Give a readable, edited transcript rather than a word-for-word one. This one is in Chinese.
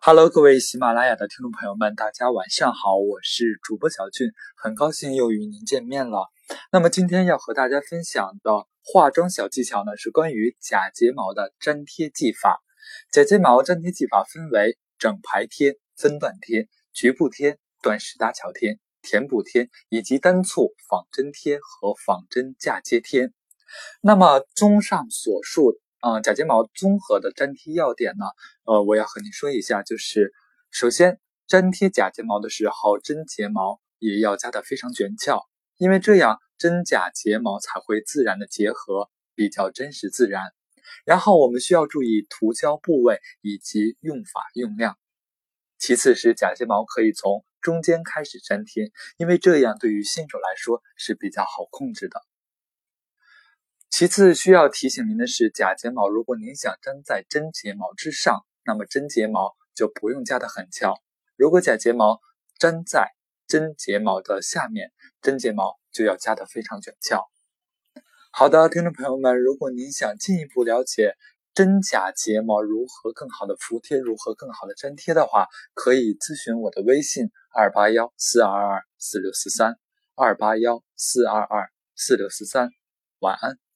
Hello，各位喜马拉雅的听众朋友们，大家晚上好，我是主播小俊，很高兴又与您见面了。那么今天要和大家分享的化妆小技巧呢，是关于假睫毛的粘贴技法。假睫毛粘贴技法分为整排贴、分段贴、局部贴、断式搭桥贴、填补贴以及单簇仿真贴和仿真嫁接贴。那么综上所述，假睫毛综合的粘贴要点呢，我要和你说一下，就是首先粘贴假睫毛的时候，真睫毛也要加得非常卷翘，因为这样真假睫毛才会自然的结合，比较真实自然。然后我们需要注意涂胶部位以及用法用量。其次是假睫毛可以从中间开始粘贴，因为这样对于新手来说是比较好控制的。其次需要提醒您的是，假睫毛如果您想粘在真睫毛之上，那么真睫毛就不用加得很翘。如果假睫毛粘在真睫毛的下面，真睫毛就要加得非常卷翘。好的，听众朋友们，如果您想进一步了解真假睫毛如何更好的服帖，如何更好的粘贴的话，可以咨询我的微信281-422-4643 281-422-4643。晚安。